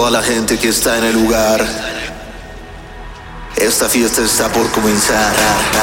toda la gente que está en el lugar. Esta fiesta está por comenzar.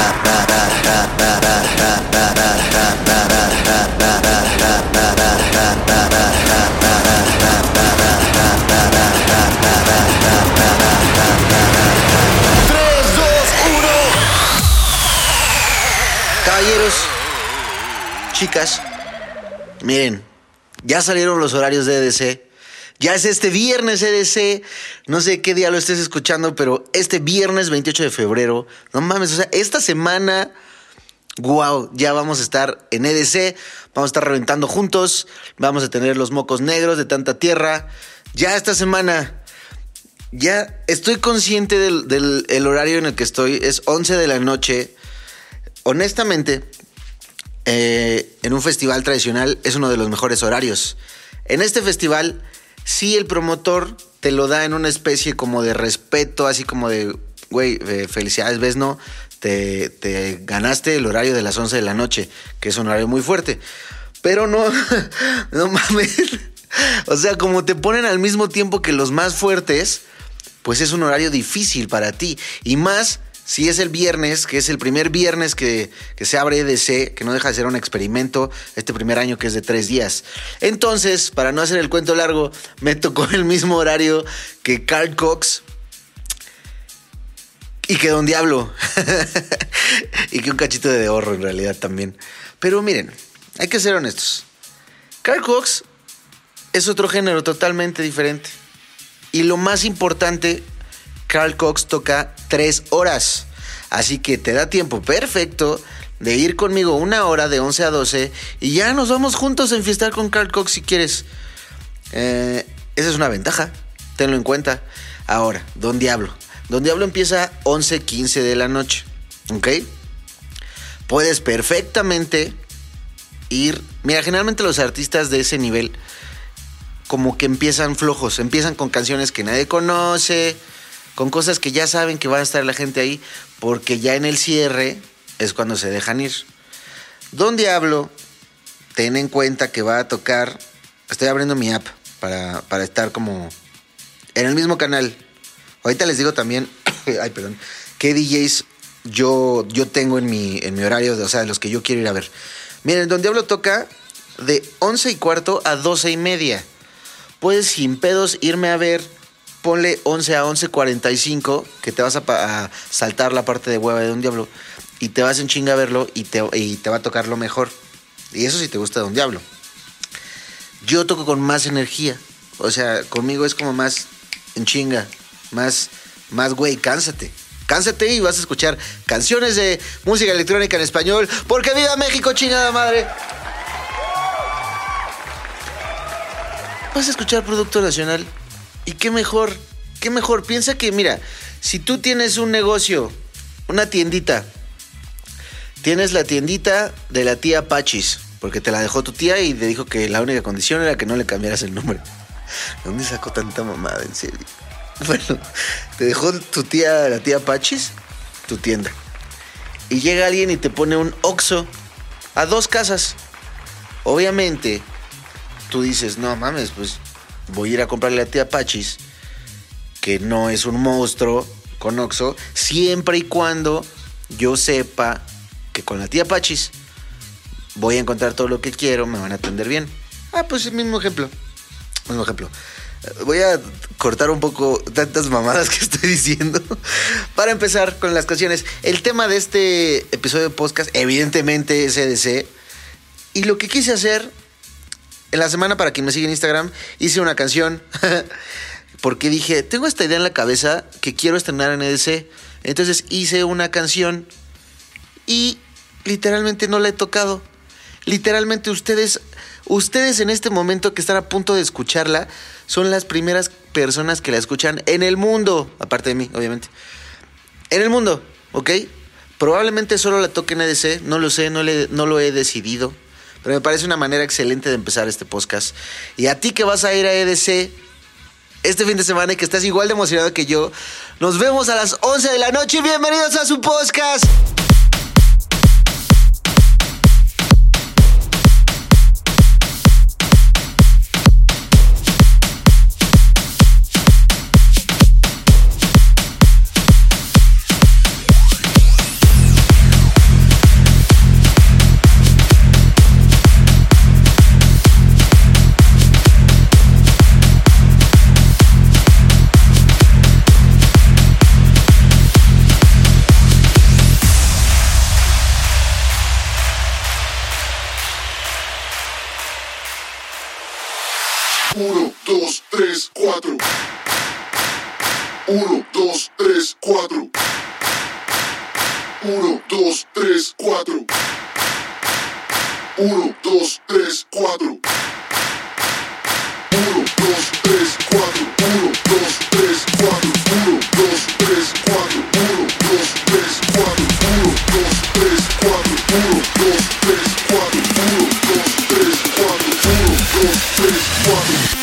Caballeros, chicas, miren, ya salieron los horarios de EDC. Ya es este viernes EDC. No sé qué día lo estés escuchando, pero este viernes 28 de febrero, no mames, o sea, esta semana, wow, ya vamos a estar en EDC. Vamos a estar reventando juntos. Vamos a tener los mocos negros de tanta tierra. Ya esta semana, ya estoy consciente del horario en el que estoy. Es 11 de la noche. Honestamente, en un festival tradicional es uno de los mejores horarios. En este festival, sí, el promotor te lo da en una especie como de respeto, así como de, güey, felicidades, ¿ves? No, te ganaste el horario de las 11 de la noche, que es un horario muy fuerte. Pero no, no mames. O sea, como te ponen al mismo tiempo que los más fuertes, pues es un horario difícil para ti. Y más si es el viernes, que es el primer viernes que se abre EDC, que no deja de ser un experimento, este primer año que es de 3 días. Entonces, para no hacer el cuento largo, me tocó el mismo horario que Carl Cox y que Don Diablo. Y que un cachito de Horro en realidad también. Pero miren, hay que ser honestos. Carl Cox es otro género totalmente diferente. Y lo más importante, Carl Cox toca 3 horas. Así que te da tiempo perfecto de ir conmigo 1 hora de 11 a 12 y ya nos vamos juntos a enfiestar con Carl Cox si quieres. Esa es una ventaja, tenlo en cuenta. Ahora, Don Diablo. Don Diablo empieza 11:15 de la noche, ¿ok? Puedes perfectamente ir. Mira, generalmente los artistas de ese nivel como que empiezan flojos, empiezan con canciones que nadie conoce, con cosas que ya saben que va a estar la gente ahí, porque ya en el cierre es cuando se dejan ir. Don Diablo, ten en cuenta que va a tocar. Estoy abriendo mi app para estar como en el mismo canal. Ahorita les digo también, ay, perdón, qué DJs yo tengo en mi horario, o sea, de los que yo quiero ir a ver. Miren, Don Diablo toca de 11:15 a 12:30. Puedes sin pedos irme a ver. Ponle 11 a 11:45, que te vas a saltar la parte de hueva de Don Diablo y te vas en chinga a verlo y te va a tocar lo mejor. Y eso sí te gusta Don Diablo. Yo toco con más energía. O sea, conmigo es como más en chinga. Más güey, cánsate. Cánsate y vas a escuchar canciones de música electrónica en español. Porque viva México, chingada madre. Vas a escuchar producto nacional. Y qué mejor. Piensa que, mira, si tú tienes un negocio, una tiendita, tienes la tiendita de la tía Pachis, porque te la dejó tu tía y te dijo que la única condición era que no le cambiaras el nombre. ¿De dónde sacó tanta mamada, en serio? Bueno, te dejó tu tía, la tía Pachis, tu tienda. Y llega alguien y te pone un Oxxo a 2 casas. Obviamente, tú dices, no mames, pues voy a ir a comprarle a la tía Pachis, que no es un monstruo con Oxxo, siempre y cuando yo sepa que con la tía Pachis voy a encontrar todo lo que quiero, me van a atender bien. Pues el mismo ejemplo. Voy a cortar un poco tantas mamadas que estoy diciendo para empezar con las canciones. El tema de este episodio de podcast evidentemente es EDC. Y lo que quise hacer en la semana, para quien me sigue en Instagram, hice una canción porque dije, tengo esta idea en la cabeza que quiero estrenar en EDC. Entonces hice una canción y literalmente no la he tocado. Literalmente ustedes en este momento que están a punto de escucharla son las primeras personas que la escuchan en el mundo, aparte de mí, obviamente. En el mundo, ¿ok? Probablemente solo la toque en EDC, no lo sé, no lo he decidido. Pero me parece una manera excelente de empezar este podcast. Y a ti que vas a ir a EDC este fin de semana y que estás igual de emocionado que yo, nos vemos a las 11 de la noche. Bienvenidos a su podcast. 4. 1, 2, 3, 4. 1, 2, 3, 4. 1, 2, 3, 4. 1, 2, 3, 4. 1, 2, 3, 4. 1, 2, 3, 4. 1, 2, 3, 4. 1, 2, 3, 4. 1, 2, 3, 4. 1, 2, 3, 4. 1, 2, 3, 4.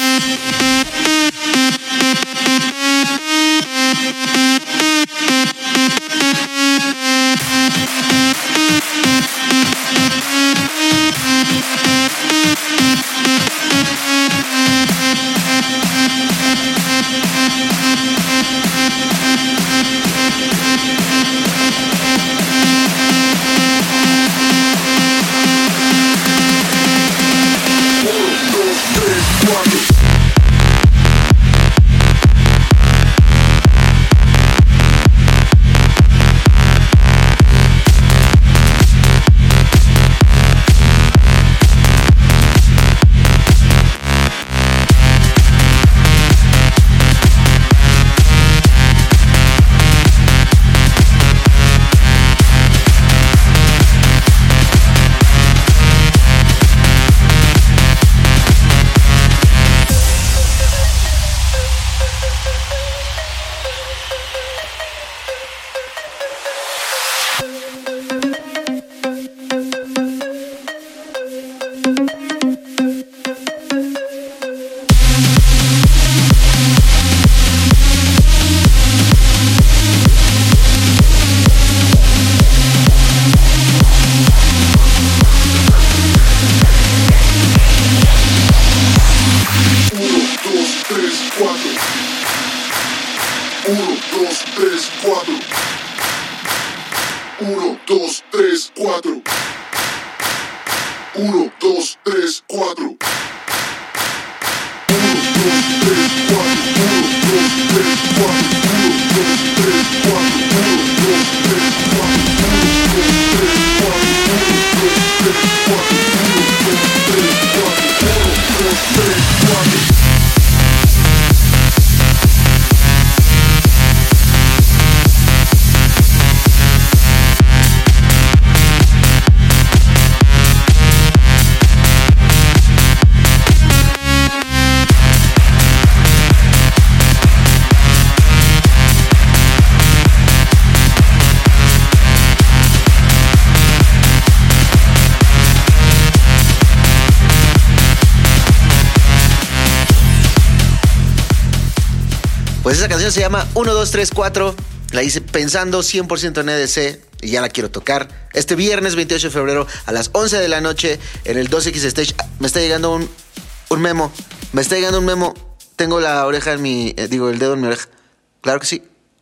Pues esa canción se llama 1, 2, 3, 4. La hice pensando 100% en EDC y ya la quiero tocar. Este viernes 28 de febrero a las 11 de la noche en el 2X Stage. Me está llegando un memo. Me está llegando un memo. Tengo la oreja en mi... el dedo en mi oreja. Claro que sí.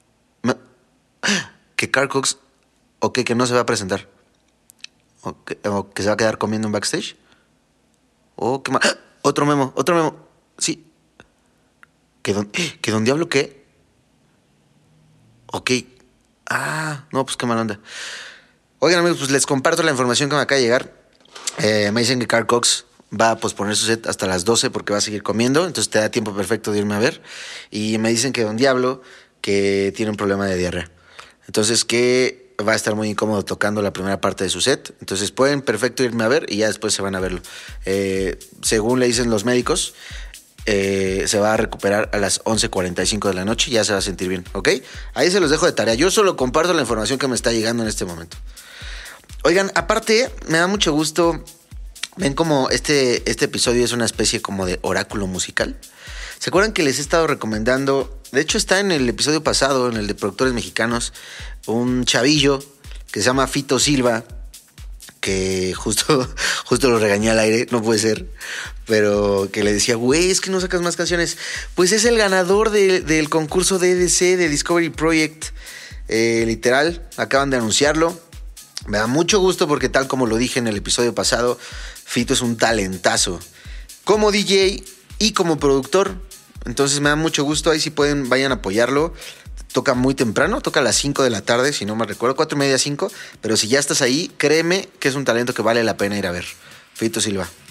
Que Carl Cox... Ok, que no se va a presentar. O que se va a quedar comiendo en backstage. Oh, qué mal. Otro memo. Sí. ¿Que don Diablo qué? Ok. No, pues qué mal onda. Oigan, amigos, pues les comparto la información que me acaba de llegar. Me dicen que Carl Cox va a posponer su set hasta las 12 porque va a seguir comiendo. Entonces te da tiempo perfecto de irme a ver. Y me dicen que don Diablo que tiene un problema de diarrea. Entonces que va a estar muy incómodo tocando la primera parte de su set. Entonces pueden perfecto irme a ver y ya después se van a verlo. Según le dicen los médicos... se va a recuperar a las 11:45 de la noche y ya se va a sentir bien, ¿ok? Ahí se los dejo de tarea. Yo solo comparto la información que me está llegando en este momento. Oigan, aparte, me da mucho gusto. Ven como este episodio es una especie como de oráculo musical. ¿Se acuerdan que les he estado recomendando? De hecho, está en el episodio pasado, en el de productores mexicanos, un chavillo que se llama Fito Silva, que justo lo regañé al aire, no puede ser, pero que le decía, güey, es que no sacas más canciones. Pues es el ganador del concurso de EDC, de Discovery Project, literal, acaban de anunciarlo. Me da mucho gusto porque tal como lo dije en el episodio pasado, Fito es un talentazo, como DJ y como productor. Entonces me da mucho gusto, ahí si pueden vayan a apoyarlo. Toca muy temprano, toca a las 5 de la tarde, si no me recuerdo, 4:30, 5. Pero si ya estás ahí, créeme que es un talento que vale la pena ir a ver. Fito Silva.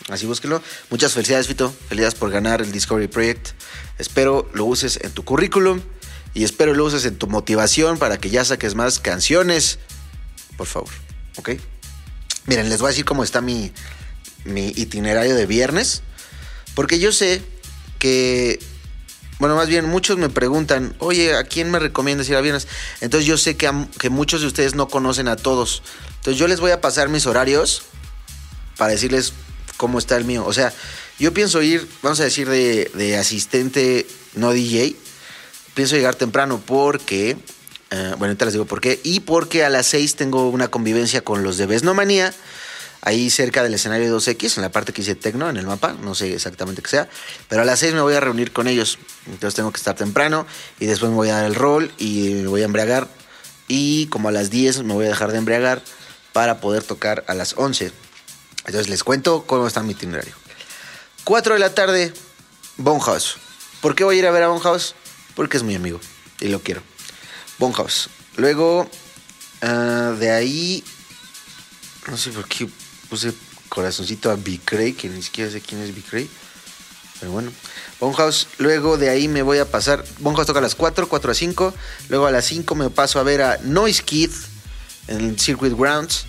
Así búsquenlo. Muchas felicidades, Fito. Felicidades por ganar el Discovery Project. Espero lo uses en tu currículum y espero lo uses en tu motivación para que ya saques más canciones. Por favor, ¿ok? Miren, les voy a decir cómo está mi itinerario de viernes. Porque yo sé que... Bueno, más bien, muchos me preguntan, oye, ¿a quién me recomiendas ir a viernes? Entonces yo sé que muchos de ustedes no conocen a todos. Entonces yo les voy a pasar mis horarios para decirles cómo está el mío. O sea, yo pienso ir, vamos a decir, de asistente, no DJ. Pienso llegar temprano porque... bueno, ahorita les digo por qué. Y porque a las 6 tengo una convivencia con los de Besnomanía, ahí cerca del escenario 2X, en la parte que dice Tecno, en el mapa, no sé exactamente qué sea, pero a las 6 me voy a reunir con ellos, entonces tengo que estar temprano, y después me voy a dar el rol, y me voy a embriagar, y como a las 10 me voy a dejar de embriagar, para poder tocar a las 11, entonces les cuento cómo está mi itinerario. 4 de la tarde, Bonhouse. ¿Por qué voy a ir a ver a Bonhouse? Porque es mi amigo, y lo quiero. Bonhouse. Luego, de ahí, no sé por qué puse corazoncito a Bicray, que ni siquiera sé quién es Bicray. Pero bueno, Bonhouse. Luego de ahí me voy a pasar. Bonhouse toca a las 4 a 5. Luego a las 5 me paso a ver a Noise Kid en el Circuit Grounds.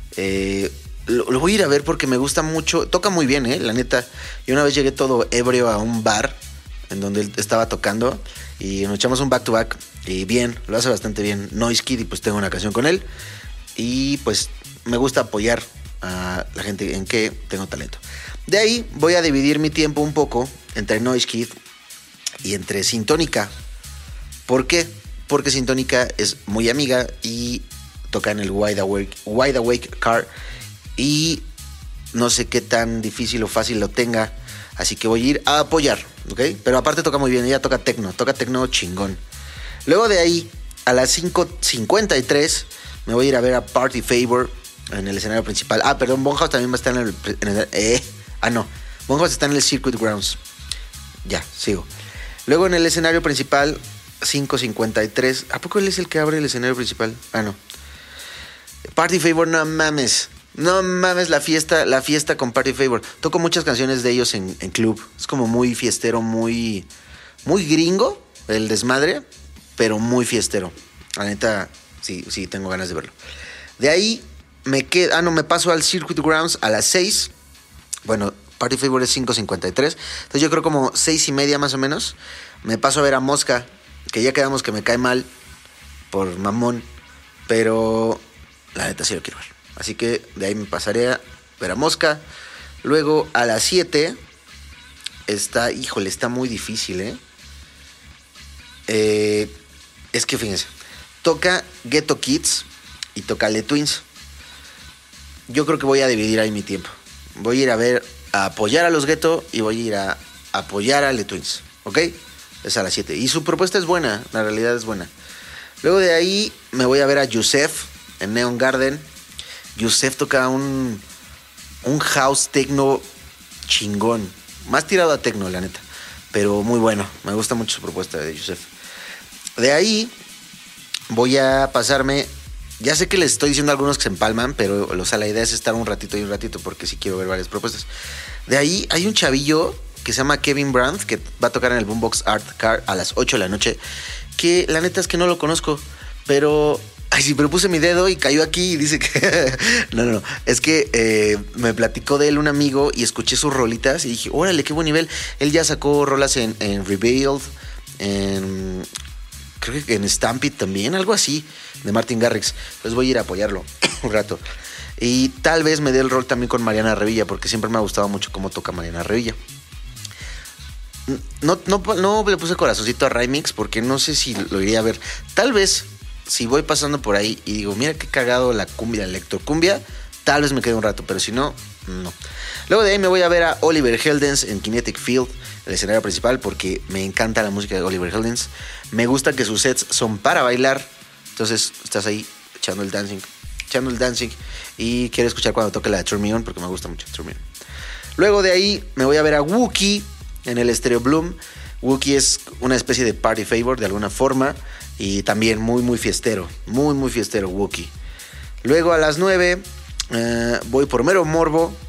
Lo voy a ir a ver porque me gusta mucho. Toca muy bien, la neta. Yo una vez llegué todo ebrio a un bar en donde él estaba tocando y nos echamos un back to back. Y bien, lo hace bastante bien Noise Kid y pues tengo una canción con él. Y pues me gusta apoyar a la gente en que tengo talento. De ahí voy a dividir mi tiempo un poco entre Noise Kid y entre Sintónica. ¿Por qué? Porque Sintónica es muy amiga y toca en el Wide Awake Car y no sé qué tan difícil o fácil lo tenga, así que voy a ir a apoyar, ¿ok? Pero aparte toca muy bien, ella toca tecno chingón. Luego de ahí, a las 5:53 me voy a ir a ver a Party Favor en el escenario principal. Perdón, Bonhouse también va a estar no. Bonhouse está en el Circuit Grounds. Ya, sigo. Luego en el escenario principal, 5:53. ¿A poco él es el que abre el escenario principal? No. Party Favor, no mames. No mames la fiesta con Party Favor. Toco muchas canciones de ellos en club. Es como muy fiestero, muy gringo, el desmadre, pero muy fiestero. La neta, sí, tengo ganas de verlo. De ahí me paso al Circuit Grounds a las 6. Bueno, Party Favor es 5:53. Entonces yo creo como 6:30 más o menos. Me paso a ver a Mosca, que ya quedamos que me cae mal por mamón, pero la neta sí lo quiero ver. Así que de ahí me pasaré a ver a Mosca. Luego a las 7 está muy difícil, es que fíjense, toca Ghetto Kids y toca Le Twins. Yo creo que voy a dividir ahí mi tiempo. Voy a ir a apoyar a los Ghetto y voy a ir a apoyar a Le Twins, ¿ok? Es a las 7. Y su propuesta es buena, la realidad es buena. Luego de ahí me voy a ver a Yusef en Neon Garden. Yusef toca un house techno chingón. Más tirado a techno, la neta. Pero muy bueno. Me gusta mucho su propuesta de Yusef. De ahí voy a pasarme. Ya sé que les estoy diciendo a algunos que se empalman, pero la idea es estar un ratito y un ratito porque sí quiero ver varias propuestas. De ahí hay un chavillo que se llama Kevin Brandt que va a tocar en el Boombox Art Car a las 8 de la noche. Que la neta es que no lo conozco, pero... pero puse mi dedo y cayó aquí y dice que... No. Es que me platicó de él un amigo y escuché sus rolitas y dije, órale, qué buen nivel. Él ya sacó rolas en Revealed, creo que en Stampede también, algo así, de Martin Garrix. Entonces voy a ir a apoyarlo un rato. Y tal vez me dé el rol también con Mariana Revilla, porque siempre me ha gustado mucho cómo toca Mariana Revilla. No le puse corazoncito a Remix porque no sé si lo iría a ver. Tal vez... Si voy pasando por ahí y digo, mira qué cagado la cumbia, la electrocumbia, tal vez me quede un rato, pero si no, no. Luego de ahí me voy a ver a Oliver Heldens en Kinetic Field, el escenario principal, porque me encanta la música de Oliver Heldens. Me gusta que sus sets son para bailar, entonces estás ahí echando el dancing y quiero escuchar cuando toque la de Turn Me On, porque me gusta mucho Turn Me On. Luego de ahí me voy a ver a Wookie en el Stereo Bloom. Wookie es una especie de Party Favor de alguna forma. Y también muy fiestero. Muy fiestero Wookie. Luego a las 9 voy por Mero Morbo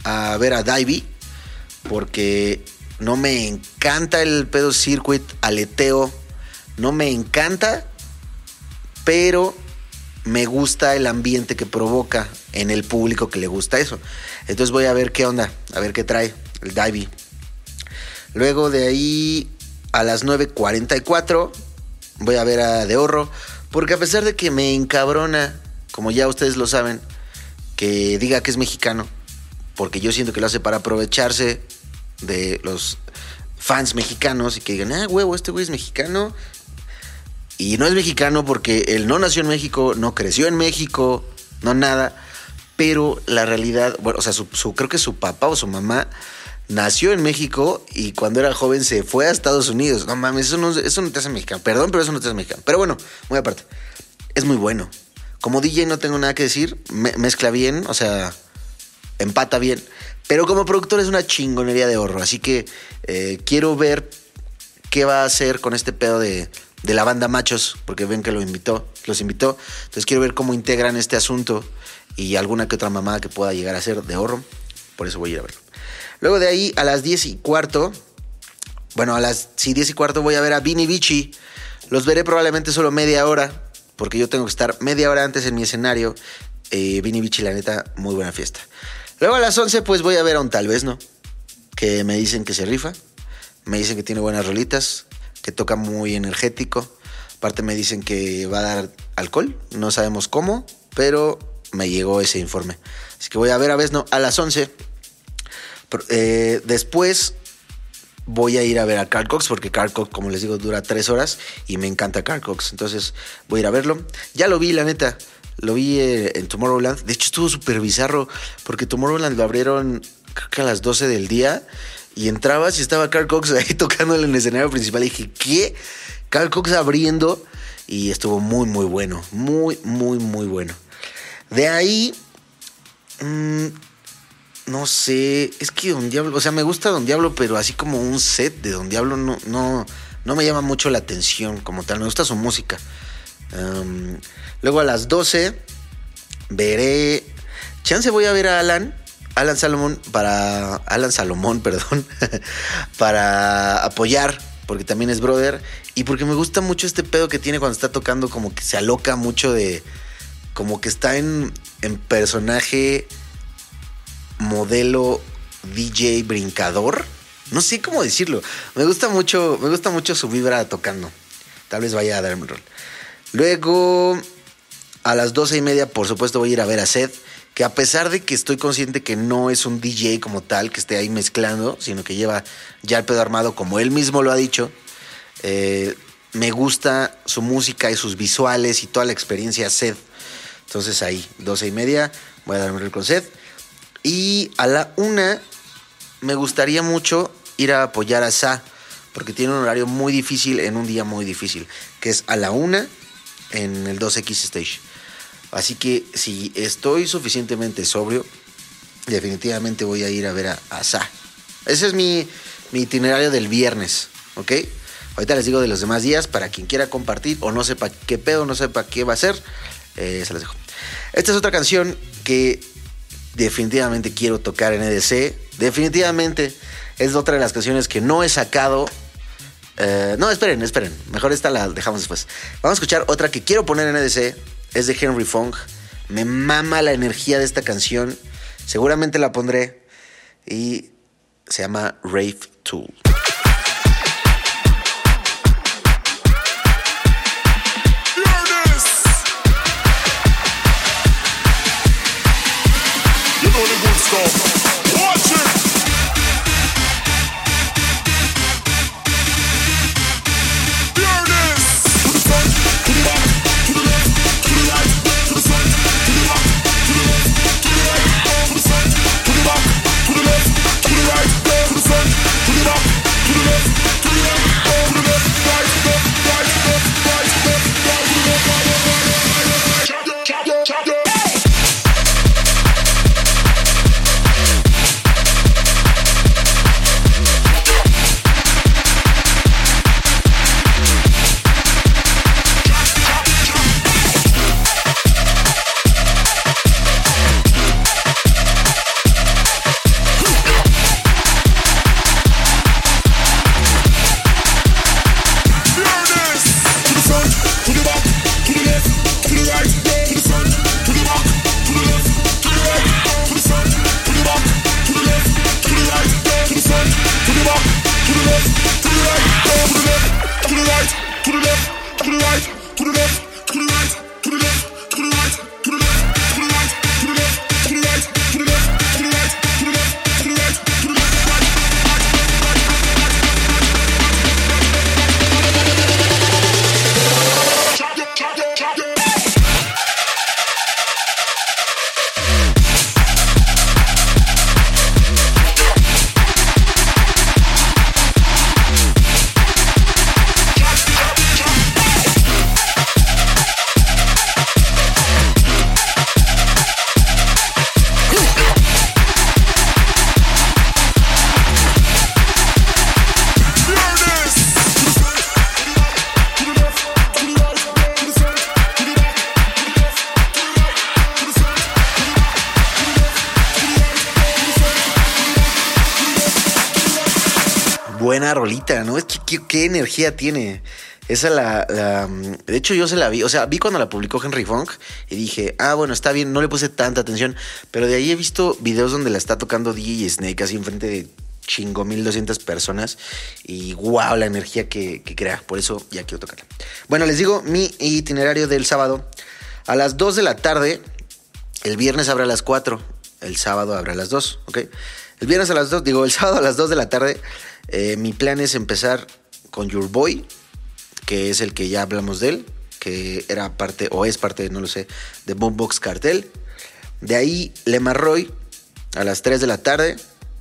a ver a Divey, porque no me encanta el pedo circuit, aleteo, no me encanta, pero me gusta el ambiente que provoca en el público que le gusta eso. Entonces voy a ver qué onda, a ver qué trae el Divey. Luego de ahí a las 9:44 voy a ver a De Horro, porque a pesar de que me encabrona, como ya ustedes lo saben, que diga que es mexicano, porque yo siento que lo hace para aprovecharse de los fans mexicanos y que digan, huevo, este güey es mexicano. Y no es mexicano porque él no nació en México, no creció en México, no nada. Pero la realidad, bueno, o sea, creo que su papá o su mamá nació en México y cuando era joven se fue a Estados Unidos. No mames, eso no te hace mexicano. Perdón, pero eso no te hace mexicano. Pero bueno, muy aparte. Es muy bueno. Como DJ no tengo nada que decir. Mezcla bien, o sea, empata bien. Pero como productor es una chingonería De Horro. Así que quiero ver qué va a hacer con este pedo de la banda Machos, porque ven que los invitó. Entonces quiero ver cómo integran este asunto y alguna que otra mamada que pueda llegar a ser De Horro. Por eso voy a ir a verlo. Luego de ahí a las 10:15, bueno, 10:15 voy a ver a Vini Vici. Los veré probablemente solo media hora, porque yo tengo que estar media hora antes en mi escenario. Vini Vici, la neta, muy buena fiesta. Luego a las 11 pues voy a ver a un Tal Vez No, que me dicen que se rifa, me dicen que tiene buenas rolitas, que toca muy energético. Aparte me dicen que va a dar alcohol, no sabemos cómo, pero me llegó ese informe. Así que voy a ver a Vezno a las 11. Después voy a ir a ver a Carl Cox, porque Carl Cox, como les digo, dura 3 horas y me encanta Carl Cox. Entonces voy a ir a verlo. Ya lo vi, la neta. Lo vi en Tomorrowland. De hecho estuvo súper bizarro, porque Tomorrowland lo abrieron creo que a las 12 del día. Y entrabas y estaba Carl Cox ahí tocando en el escenario principal. Y dije, ¿qué? Carl Cox abriendo. Y estuvo muy, muy bueno. Muy, muy, muy bueno. De ahí... no sé. Es que Don Diablo... O sea, me gusta Don Diablo, pero así como un set de Don Diablo no me llama mucho la atención como tal. Me gusta su música. Luego a las 12 veré... Chance voy a ver a Alan Salomón, para apoyar, porque también es brother y porque me gusta mucho este pedo que tiene cuando está tocando, como que se aloca mucho de, como que está en personaje modelo DJ brincador, no sé cómo decirlo, me gusta mucho su vibra tocando, tal vez vaya a darme un rol. Luego a las 12:30 por supuesto voy a ir a ver a Seth, que a pesar de que estoy consciente que no es un DJ como tal, que esté ahí mezclando, sino que lleva ya el pedo armado, como él mismo lo ha dicho, me gusta su música y sus visuales y toda la experiencia Seth. Entonces ahí, 12:30, voy a darme el con Seth. Y a la 1 me gustaría mucho ir a apoyar a Sa, porque tiene un horario muy difícil en un día muy difícil, que es a la 1 en el 2X Stage. Así que si estoy suficientemente sobrio, definitivamente voy a ir a ver a Sa. Ese es mi itinerario del viernes, ¿ok? Ahorita les digo de los demás días para quien quiera compartir o no sepa qué pedo, no sepa qué va a ser, se las dejo. Esta es otra canción que definitivamente quiero tocar en EDC. Definitivamente es otra de las canciones que no he sacado. No, esperen. Mejor esta la dejamos después. Vamos a escuchar otra que quiero poner en EDC. Es de Henry Fong. Me mama la energía de esta canción. Seguramente la pondré. Y se llama Rave Tool. To the right, to the left, to the right, to the front, to the back. to the left, to the right, to the left, to the right, to the left, to the right, to the left, to the right, to the left, to the right, to the left, to the right, to the left, to the right, to the left. Buena rolita, ¿no? Es que qué energía tiene. Esa de hecho, yo se la vi. O sea, vi cuando la publicó Henry Funk y dije, bueno, está bien. No le puse tanta atención. Pero de ahí he visto videos donde la está tocando DJ Snake así enfrente de 1200 personas. Y wow, la energía que crea. Por eso ya quiero tocarla. Bueno, les digo mi itinerario del sábado. A las 2 de la tarde. El viernes abre a las 4. El sábado abre a las 2, ¿ok? El viernes a las 2, el sábado a las 2 de la tarde. Mi plan es empezar con Your Boy, que es el que ya hablamos de él, que era parte, o es parte, no lo sé, de Boombox Cartel. De ahí, Lemarroy, a las 3 de la tarde.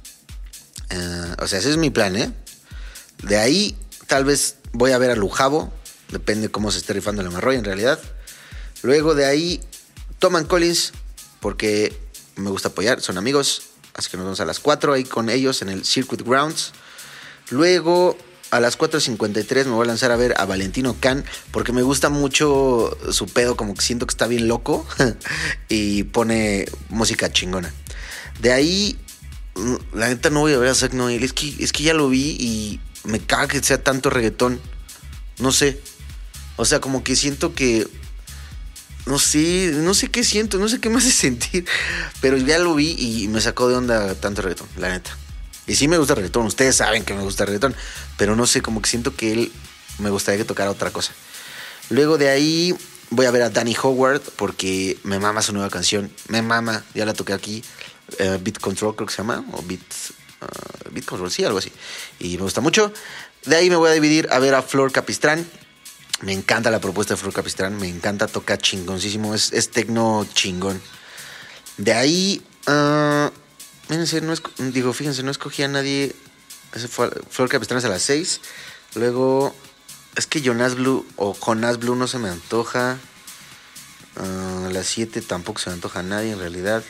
O sea, ese es mi plan, ¿eh? De ahí, tal vez voy a ver a Lujabo, depende cómo se esté rifando Lemarroy en realidad. Luego de ahí, Tom & Collins, porque me gusta apoyar, son amigos. Así que nos vamos a las 4 ahí con ellos en el Circuit Grounds. Luego a las 4:53 me voy a lanzar a ver a Valentino Can, porque me gusta mucho su pedo, como que siento que está bien loco y pone música chingona. De ahí, la neta no voy a ver a Zack Noel, es que ya lo vi y me caga que sea tanto reggaetón. No sé. O sea, como que siento que no sé qué siento, no sé qué me hace sentir, pero ya lo vi y me sacó de onda tanto reggaetón, la neta. Y sí me gusta el reggaetón, ustedes saben que me gusta el reggaetón, pero no sé, como que siento que él me gustaría que tocara otra cosa. Luego de ahí voy a ver a Danny Howard, porque me mama su nueva canción, me mama, ya la toqué aquí, Beat Control creo que se llama, o Beat Control, sí, algo así, y me gusta mucho. De ahí me voy a dividir a ver a Flor Capistrán. Me encanta la propuesta de Flor Capistrán, me encanta, toca chingoncísimo, es tecno chingón. De ahí, fíjense, no escogí a nadie. Ese fue Flor Capistrán a las 6. Luego, es que Jonas Blue o Jonas Blue no se me antoja. A las 7 tampoco se me antoja a nadie en realidad.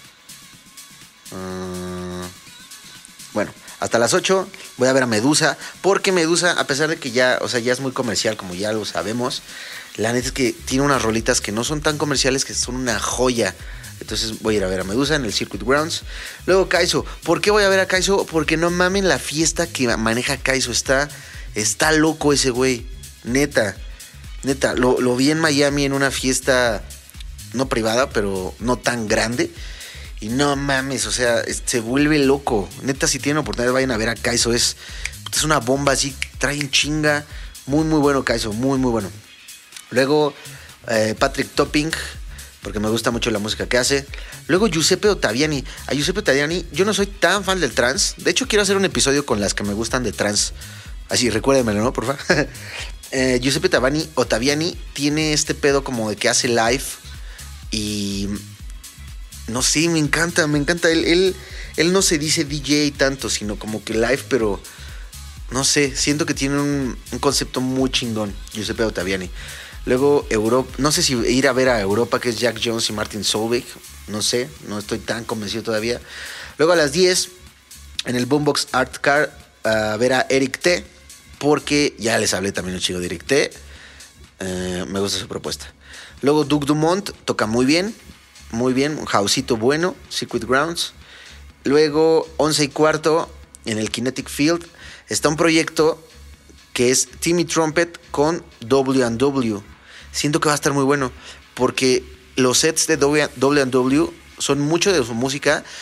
Bueno, hasta las 8 voy a ver a Medusa, porque Medusa, a pesar de que ya es muy comercial, como ya lo sabemos, la neta es que tiene unas rolitas que no son tan comerciales, que son una joya. Entonces voy a ir a ver a Medusa en el Circuit Grounds. Luego Kaizo. ¿Por qué voy a ver a Kaizo? Porque no mamen la fiesta que maneja Kaizo. Está loco ese güey. Neta. Lo vi en Miami en una fiesta no privada, pero no tan grande. Y no mames, o sea, se vuelve loco. Neta, si tienen oportunidad, vayan a ver a Kaizo. Es una bomba así, traen chinga. Muy, muy bueno Kaizo, muy, muy bueno. Luego, Patrick Topping, porque me gusta mucho la música que hace. Luego, Giuseppe Ottaviani. A Giuseppe Ottaviani, yo no soy tan fan del trance. De hecho, quiero hacer un episodio con las que me gustan de trance. Así, recuérdenmelo, ¿no? Por favor. Giuseppe Ottaviani tiene este pedo como de que hace live. Y no sé, me encanta. Él no se dice DJ tanto, sino como que live, pero no sé, siento que tiene un concepto muy chingón, Giuseppe Ottaviani. Luego Europa, no sé si ir a ver a Europa, que es Jack Jones y Martin Solveig, no sé, no estoy tan convencido todavía. Luego a las 10 en el Boombox Art Car a ver a Eric T, porque ya les hablé también un chico de Eric T. Me gusta su propuesta. Luego Duke Dumont toca muy bien, un houseito bueno, Circuit Grounds. Luego 11:15 en el Kinetic Field está un proyecto que es Timmy Trumpet con W&W. Siento que va a estar muy bueno, porque los sets de W&W son mucho de su música,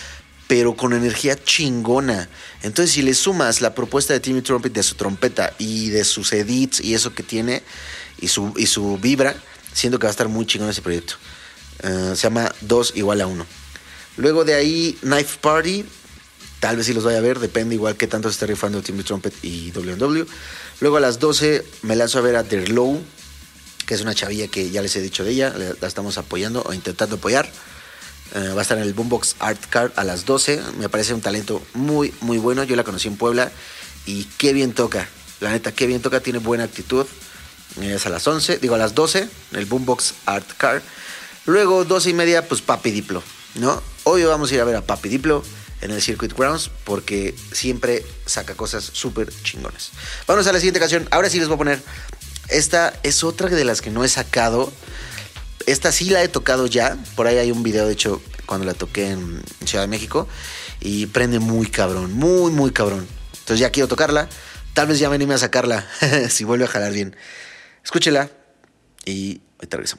pero con energía chingona. Entonces, si le sumas la propuesta de Timmy Trumpet de su trompeta y de sus edits y eso que tiene, y su vibra, siento que va a estar muy chingón ese proyecto. Se llama 2 = 1. Luego de ahí, Knife Party. Tal vez sí los vaya a ver, depende igual que tanto se esté rifando Timmy Trumpet y W&W. Luego a las 12 me lanzo a ver a Derlow, que es una chavilla que ya les he dicho de ella, la estamos apoyando o intentando apoyar. Va a estar en el Boombox Art Card a las 12. Me parece un talento muy, muy bueno. Yo la conocí en Puebla y qué bien toca. La neta, qué bien toca, tiene buena actitud. Es a las 12, en el Boombox Art Card. Luego, 12:30, pues Papi Diplo, ¿no? Hoy vamos a ir a ver a Papi Diplo en el Circuit Grounds porque siempre saca cosas súper chingonas. Vamos a la siguiente canción. Ahora sí les voy a poner. Esta es otra de las que no he sacado. Esta sí la he tocado ya. Por ahí hay un video, de hecho, cuando la toqué en Ciudad de México. Y prende muy cabrón, muy, muy cabrón. Entonces ya quiero tocarla. Tal vez ya me anime a sacarla si vuelve a jalar bien. Escúchela y ahorita regresamos.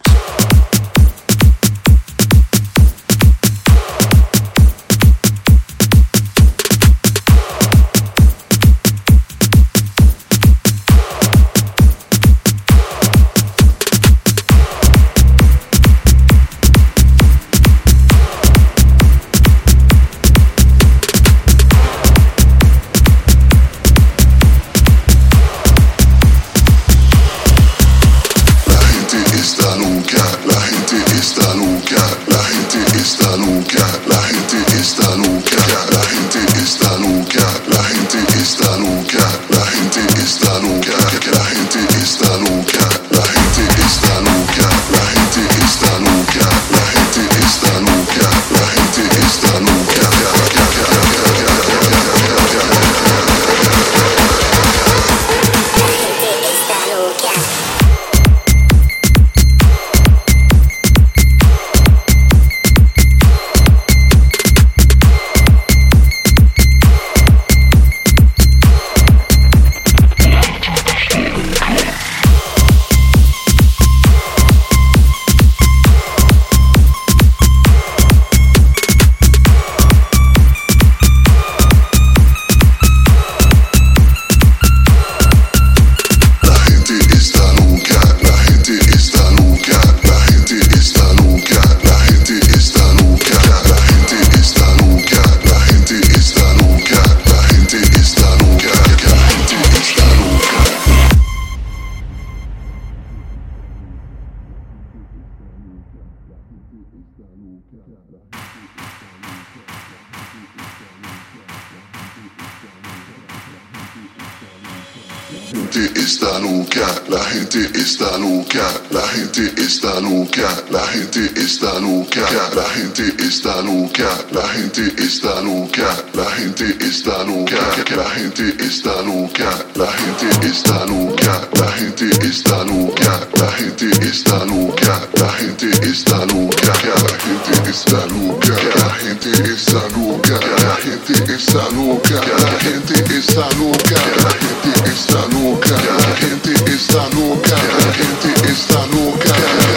Está loca, la gente está loca, la gente está loca, la gente está loca, la gente está loca, la gente está loca, la gente está loca, la gente está loca, la gente está loca, la gente está loca, la gente está loca, la gente está loca, la gente está loca, la gente está loca, la gente está loca, la gente está loca, la gente está loca, la gente está loca, la gente está loca.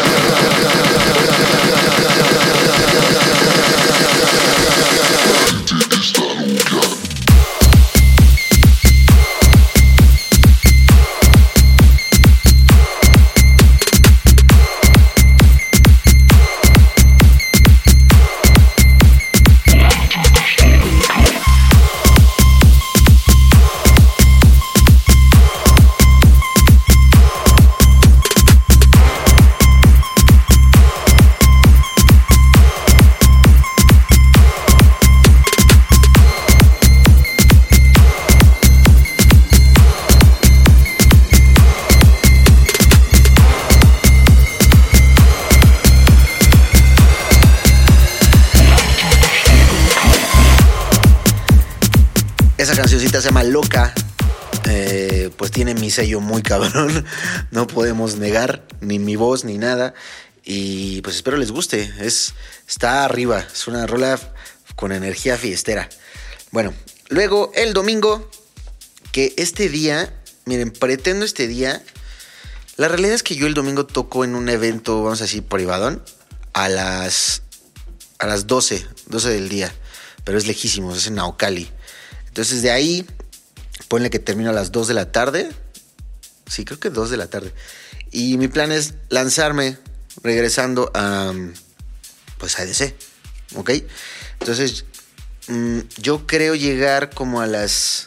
Esa cancioncita se llama Loca. Pues tiene mi sello muy cabrón. No podemos negar ni mi voz ni nada. Y pues espero les guste. Está arriba. Es una rola con energía fiestera. Bueno, luego el domingo. Que este día, miren, pretendo este día. La realidad es que yo el domingo toco en un evento, vamos a decir, privadón. A las 12 del día. pero es lejísimo, es en Naucali. Entonces de ahí, ponle que termino a las 2 de la tarde. Sí, creo que 2 de la tarde. Y mi plan es lanzarme regresando a, pues a EDC, ¿ok? Entonces, yo creo llegar como a las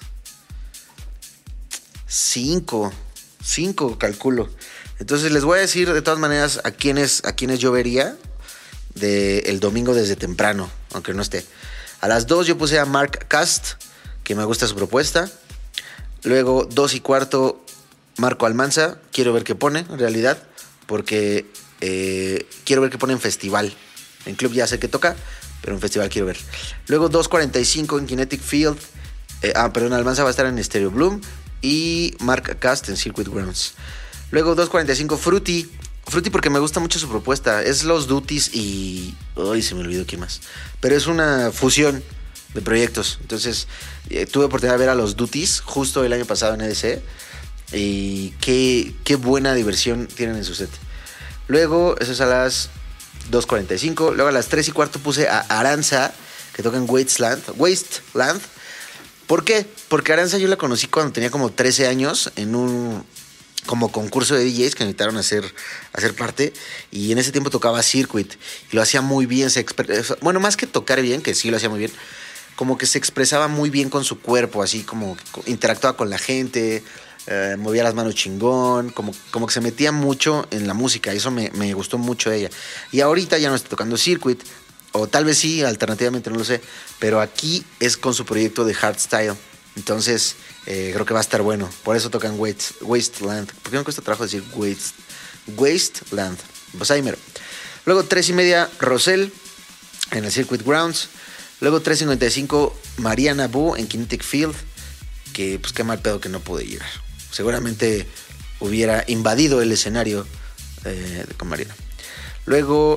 5 calculo. Entonces les voy a decir de todas maneras a quienes yo vería el domingo desde temprano, aunque no esté. A las 2 yo puse a Mark Cast, que me gusta su propuesta. Luego 2:15 Marco Almanza, quiero ver qué pone en realidad, porque quiero ver qué pone en festival. En club ya sé que toca, pero en festival quiero ver. Luego 2:45 en Kinetic Field. Perdón, Almanza va a estar en Stereo Bloom y Mark Cast en Circuit Grounds. Luego 2:45 Fruity porque me gusta mucho su propuesta. Es Los Duties y... Ay, se me olvidó quién más. Pero es una fusión de proyectos. Entonces, tuve oportunidad de ver a Los Duties justo el año pasado en EDC. Y qué buena diversión tienen en su set. Luego, eso es a las 2:45. Luego a las 3:15 puse a Aranza, que toca en Wasteland. ¿Por qué? Porque Aranza yo la conocí cuando tenía como 13 años en un como concurso de DJs que me invitaron a hacer parte, y en ese tiempo tocaba Circuit y lo hacía muy bien. Bueno, más que tocar bien, que sí lo hacía muy bien, como que se expresaba muy bien con su cuerpo, así como interactuaba con la gente, movía las manos chingón, como que se metía mucho en la música. Eso me gustó mucho de ella. Y ahorita ya no está tocando Circuit, o tal vez sí, alternativamente, no lo sé, pero aquí es con su proyecto de Hardstyle. Entonces creo que va a estar bueno. Por eso tocan Wasteland. ¿Por qué me cuesta trabajo decir Wasteland? Pues ahí mero. Luego 3:30 Rosell en el Circuit Grounds. Luego 3:55 Mariana Bu en Kinetic Field, que pues qué mal pedo que no pude llegar. Seguramente hubiera invadido el escenario con Mariana. Luego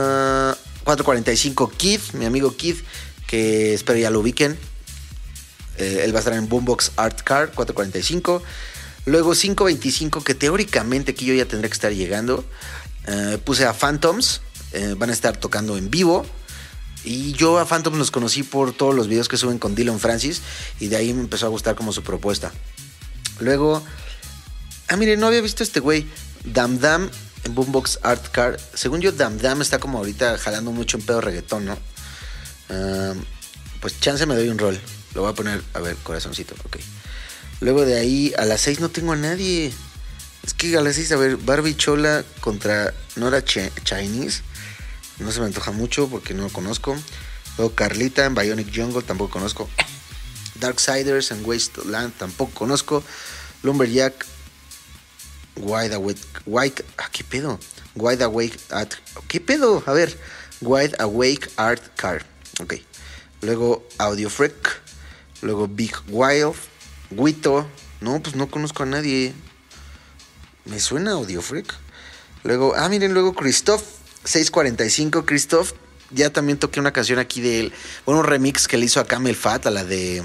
4:45 Keith, mi amigo Keith, que espero ya lo ubiquen. Él va a estar en Boombox Art Car, 4:45. Luego 5:25, que teóricamente aquí yo ya tendré que estar llegando. Puse a Phantoms, van a estar tocando en vivo. Y yo a Phantoms los conocí por todos los videos que suben con Dylan Francis, y de ahí me empezó a gustar como su propuesta. Luego, miren, no había visto este güey, Dam Dam en Boombox Art Car. Según yo, Dam Dam está como ahorita jalando mucho en pedo reggaetón, ¿no? Pues chance me doy un rol. Lo voy a poner, a ver, corazoncito, ok. Luego de ahí, a las 6 no tengo a nadie. Es que a las 6, a ver, Barbie Chola contra Nora Chinese. No se me antoja mucho porque no lo conozco. Luego Carlita en Bionic Jungle, tampoco conozco. Darksiders en Wasteland, tampoco conozco. Lumberjack, Wide Awake, ¿qué pedo? Wide Awake ¿qué pedo? A ver, Wide Awake Art Car, ok. Luego Audio Freak. Luego Big Wild, Guito. No, pues no conozco a nadie. Me suena Audio Freak. Luego, miren, luego Christoph, 6:45. Christoph, ya también toqué una canción aquí de él. Bueno, un remix que le hizo a Camel Fat, a la de...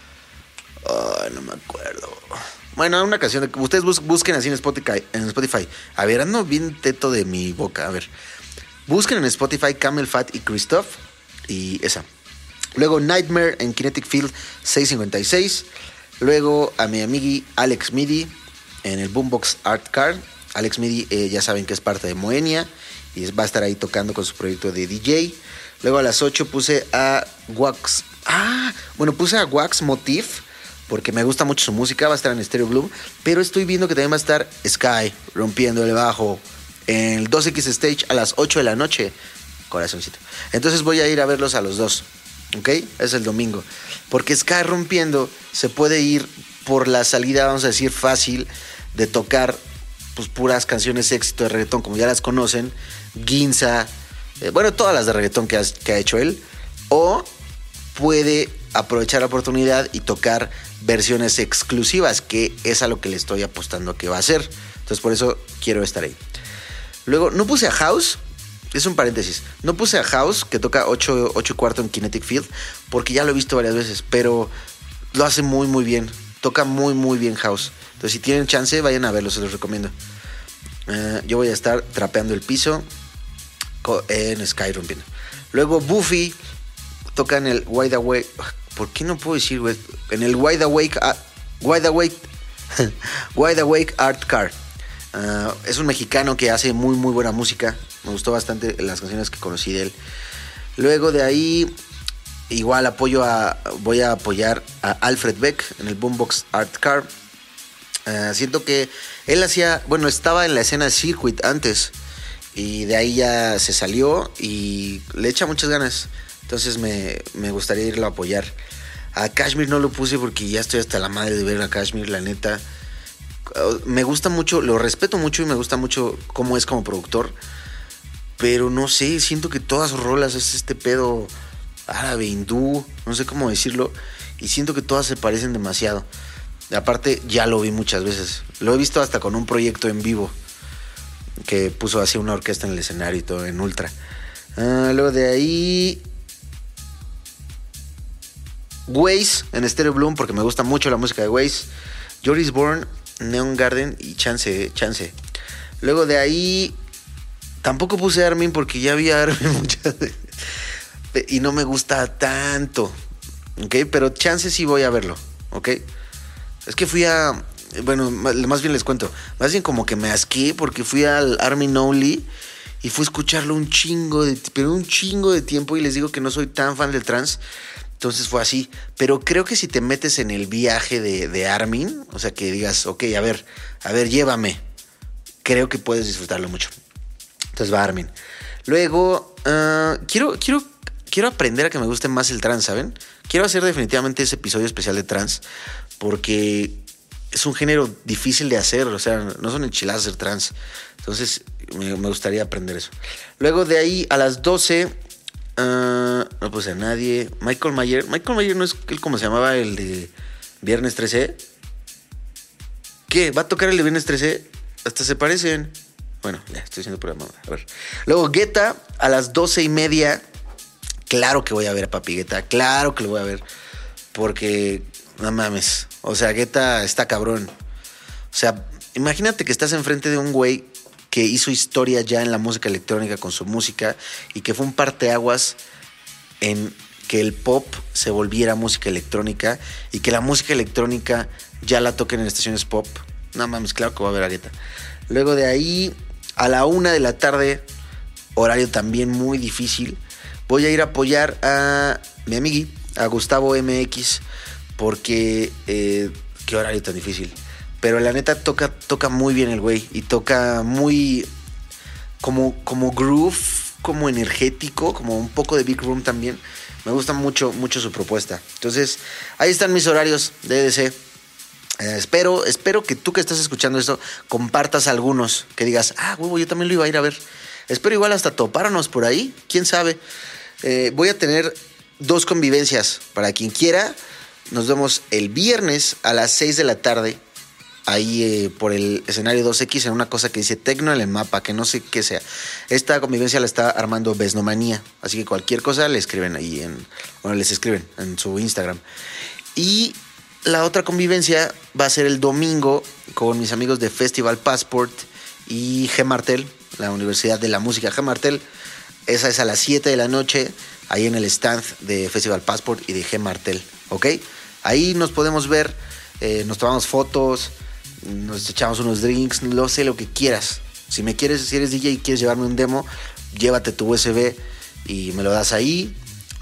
no me acuerdo. Bueno, una canción de... Ustedes busquen así en Spotify. A ver, ando bien teto de mi boca. A ver. Busquen en Spotify Camel Fat y Christoph. Y esa. Luego Nightmare en Kinetic Field, 6:56. Luego a mi amigui Alex Midi en el Boombox Art Car. Alex Midi ya saben que es parte de Moenia y va a estar ahí tocando con su proyecto de DJ. Luego a las 8 puse a Wax. Puse a Wax Motif porque me gusta mucho su música. Va a estar en Stereo Bloom. Pero estoy viendo que también va a estar Sky rompiendo el bajo en el 2X Stage a las 8 de la noche. Corazoncito. Entonces voy a ir a verlos a los dos. ¿Ok? Es el domingo. Porque Sky rompiendo se puede ir por la salida, vamos a decir, fácil de tocar pues puras canciones éxito de reggaetón, como ya las conocen. Ginza, todas las de reggaetón que ha hecho él. O puede aprovechar la oportunidad y tocar versiones exclusivas, que es a lo que le estoy apostando que va a hacer. Entonces por eso quiero estar ahí. Luego, no puse a House. Es un paréntesis. No puse a House, que toca 8:15 en Kinetic Field, porque ya lo he visto varias veces, pero lo hace muy, muy bien. Toca muy, muy bien House. Entonces, si tienen chance, vayan a verlo, se los recomiendo. Yo voy a estar trapeando el piso en Sky rompiendo. Luego, Buffy, toca en el Wide Awake. ¿Por qué no puedo decir, güey? En el Wide Awake Wide Awake Art Car. Es un mexicano que hace muy muy buena música. Me gustó bastante las canciones que conocí de él. Luego de ahí, igual voy a apoyar a Alfred Beck en el Boombox Art Car. Siento que él estaba en la escena Circuit antes y de ahí ya se salió y le echa muchas ganas. Entonces me gustaría irlo a apoyar. A Kashmir no lo puse porque ya estoy hasta la madre de ver a Kashmir, la neta. Me gusta mucho, lo respeto mucho y me gusta mucho cómo es como productor. Pero no sé, siento que todas sus rolas es este pedo árabe, hindú, no sé cómo decirlo. Y siento que todas se parecen demasiado. Aparte, ya lo vi muchas veces. Lo he visto hasta con un proyecto en vivo que puso así una orquesta en el escenario y todo, en ultra. Luego de ahí, Waze en Stereo Bloom, porque me gusta mucho la música de Waze. Joris Bourne, Neon Garden y Chance. Luego de ahí, tampoco puse Armin porque ya vi a Armin muchas veces y no me gusta tanto, ¿ok? Pero Chance sí voy a verlo, ¿ok? Es que bueno, más bien les cuento, más bien como que me asqué porque fui al Armin Only y fui a escucharlo un chingo de tiempo y les digo que no soy tan fan del trance. Entonces fue así, pero creo que si te metes en el viaje de Armin, o sea que digas, ok, a ver, llévame, creo que puedes disfrutarlo mucho. Entonces va Armin. Luego, quiero aprender a que me guste más el trance, ¿saben? Quiero hacer definitivamente ese episodio especial de trance porque es un género difícil de hacer, o sea, no son enchiladas hacer trance. Entonces me gustaría aprender eso. Luego de ahí a las 12... no puse a nadie. Michael Mayer no es el como se llamaba el de Viernes 13. ¿Qué? ¿Va a tocar el de Viernes 13? Hasta se parecen. Bueno, ya estoy haciendo pura mamada. A ver. Luego Guetta a las 12:30. Claro que voy a ver a Papi Guetta. Claro que lo voy a ver. Porque no mames. O sea, Guetta está cabrón. O sea, imagínate que estás enfrente de un güey que hizo historia ya en la música electrónica con su música y que fue un parteaguas en que el pop se volviera música electrónica y que la música electrónica ya la toquen en estaciones pop. No mames, claro que va a ver a Guetta. Luego de ahí, a la 1:00 p.m, horario también muy difícil, voy a ir a apoyar a mi amigui, a Gustavo MX, porque qué horario tan difícil. Pero la neta toca muy bien el güey. Y toca muy como groove, como energético, como un poco de Big Room también. Me gusta mucho su propuesta. Entonces, ahí están mis horarios de EDC. Espero que tú que estás escuchando esto compartas algunos. Que digas, huevo, yo también lo iba a ir a ver. Espero igual hasta toparnos por ahí. ¿Quién sabe? Voy a tener 2 convivencias. Para quien quiera, nos vemos el viernes a las 6:00 p.m. Ahí por el escenario 2X en una cosa que dice Tecno en el mapa, que no sé qué sea. Esta convivencia la está armando Besnomanía, así que cualquier cosa le escriben ahí les escriben en su Instagram. Y la otra convivencia va a ser el domingo con mis amigos de Festival Passport y G Martel, la Universidad de la Música G Martel. Esa es a las 7:00 p.m, ahí en el stand de Festival Passport y de G Martel, ¿ok? Ahí nos podemos ver, nos tomamos fotos, nos echamos unos drinks, no sé, lo que quieras. Si eres DJ y quieres llevarme un demo, llévate tu USB y me lo das ahí.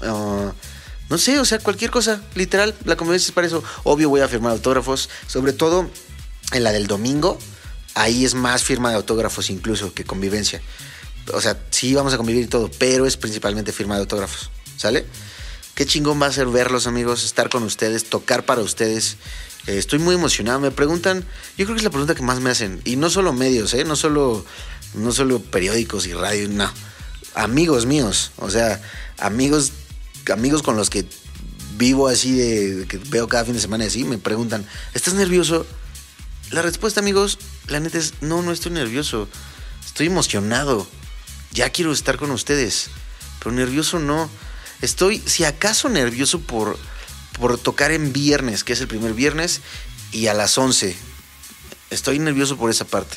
No sé, o sea, cualquier cosa, literal, la convivencia es para eso. Obvio voy a firmar autógrafos, sobre todo en la del domingo. Ahí es más firma de autógrafos incluso que convivencia. O sea, sí vamos a convivir y todo, pero es principalmente firma de autógrafos, ¿sale? Qué chingón va a ser verlos, amigos, estar con ustedes, tocar para ustedes. Estoy muy emocionado. Me preguntan, yo creo que es la pregunta que más me hacen. Y no solo medios, no solo periódicos y radio, no. Amigos míos, o sea, amigos con los que vivo así, de que veo cada fin de semana así, me preguntan, ¿estás nervioso? La respuesta, amigos, la neta es, no estoy nervioso. Estoy emocionado. Ya quiero estar con ustedes. Pero nervioso no. Estoy, si acaso, nervioso por tocar en viernes, que es el primer viernes, y a las 11. Estoy nervioso por esa parte.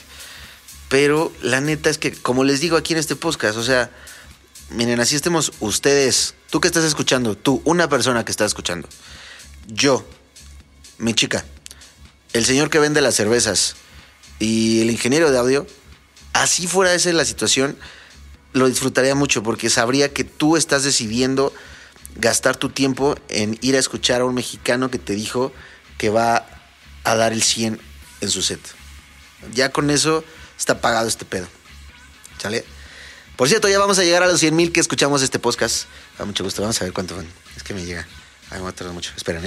Pero la neta es que, como les digo aquí en este podcast, o sea, miren, así estemos ustedes tú que estás escuchando, tú, una persona que está escuchando, yo, mi chica, el señor que vende las cervezas y el ingeniero de audio, así fuera esa la situación, lo disfrutaría mucho porque sabría que tú estás decidiendo gastar tu tiempo en ir a escuchar a un mexicano que te dijo que va a dar el 100 en su set. Ya con eso está pagado este pedo. ¿Sale? Por cierto, ya vamos a llegar a los 100,000 que escuchamos este podcast. A mucho gusto, vamos a ver cuánto van. Es que me llega. Ay, me va a tardar mucho. Esperen,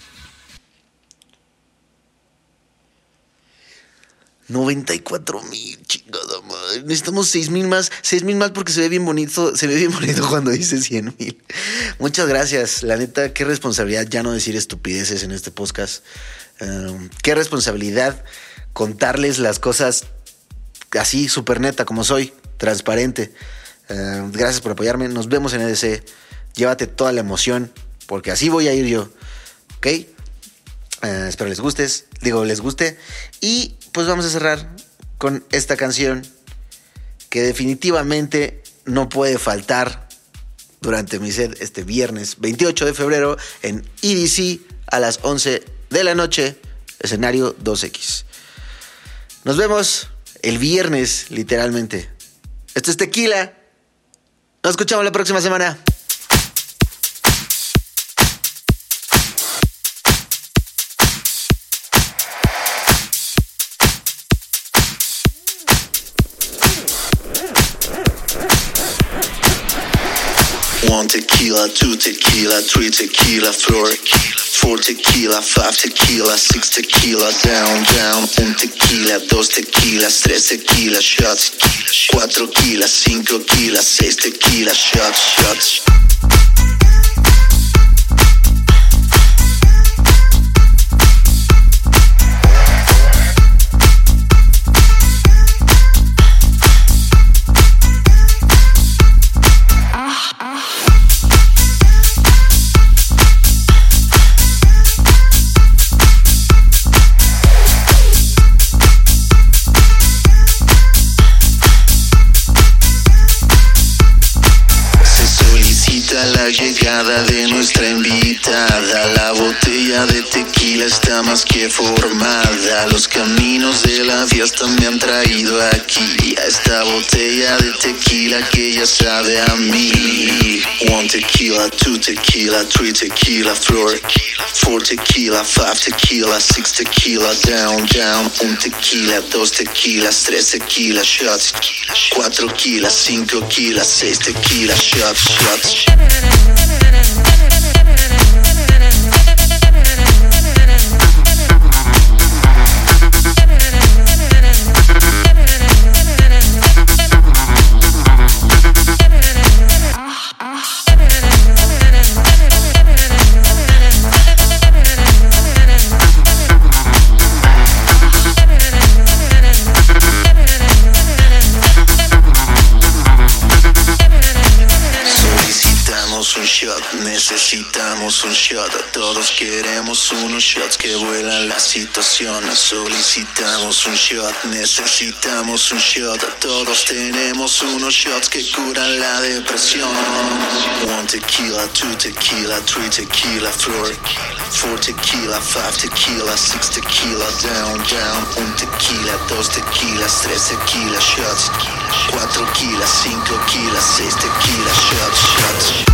94,000, chingada madre. Necesitamos 6,000 más. 6,000 más porque se ve bien bonito. Se ve bien bonito cuando dice 100,000. Muchas gracias. La neta, qué responsabilidad ya no decir estupideces en este podcast. Qué responsabilidad contarles las cosas así, súper neta, como soy, transparente. Gracias por apoyarme. Nos vemos en EDC. Llévate toda la emoción, porque así voy a ir yo. ¿Ok? Espero les guste. Y pues vamos a cerrar con esta canción que definitivamente no puede faltar durante mi set este viernes 28 de febrero en EDC a las 11 de la noche, escenario 2X. Nos vemos el viernes, literalmente. Esto es Tequila. Nos escuchamos la próxima semana. One tequila, two tequila, three tequila, four tequila, five tequila, six tequila, down. Un tequila, dos tequilas, tres tequila shots, 4 kilas, 5 kilas, 6 tequila shots. La llegada de nuestra invitada, la botella de tequila está más que formada. Los caminos de la fiesta me han traído aquí, a esta botella de tequila que ya sabe a mí. One tequila, two tequila, three tequila, four tequila, five tequila, six tequila, down. Un tequila, dos tequilas, tres tequila shots, 4 kilas, 5 kilas, 6 tequila shots. Necesitamos un shot, todos queremos unos shots que vuelan la situación. Solicitamos un shot, necesitamos un shot, todos tenemos unos shots que curan la depresión. One tequila, two tequila, three tequila, four tequila, five tequila, six tequila, down. Un tequila, dos tequilas, tres tequila shots, 4 kilas, 5 kilas, 6 tequila shots.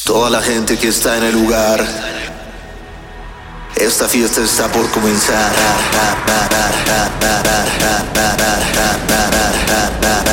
Toda la gente que está en el lugar, esta fiesta está por comenzar.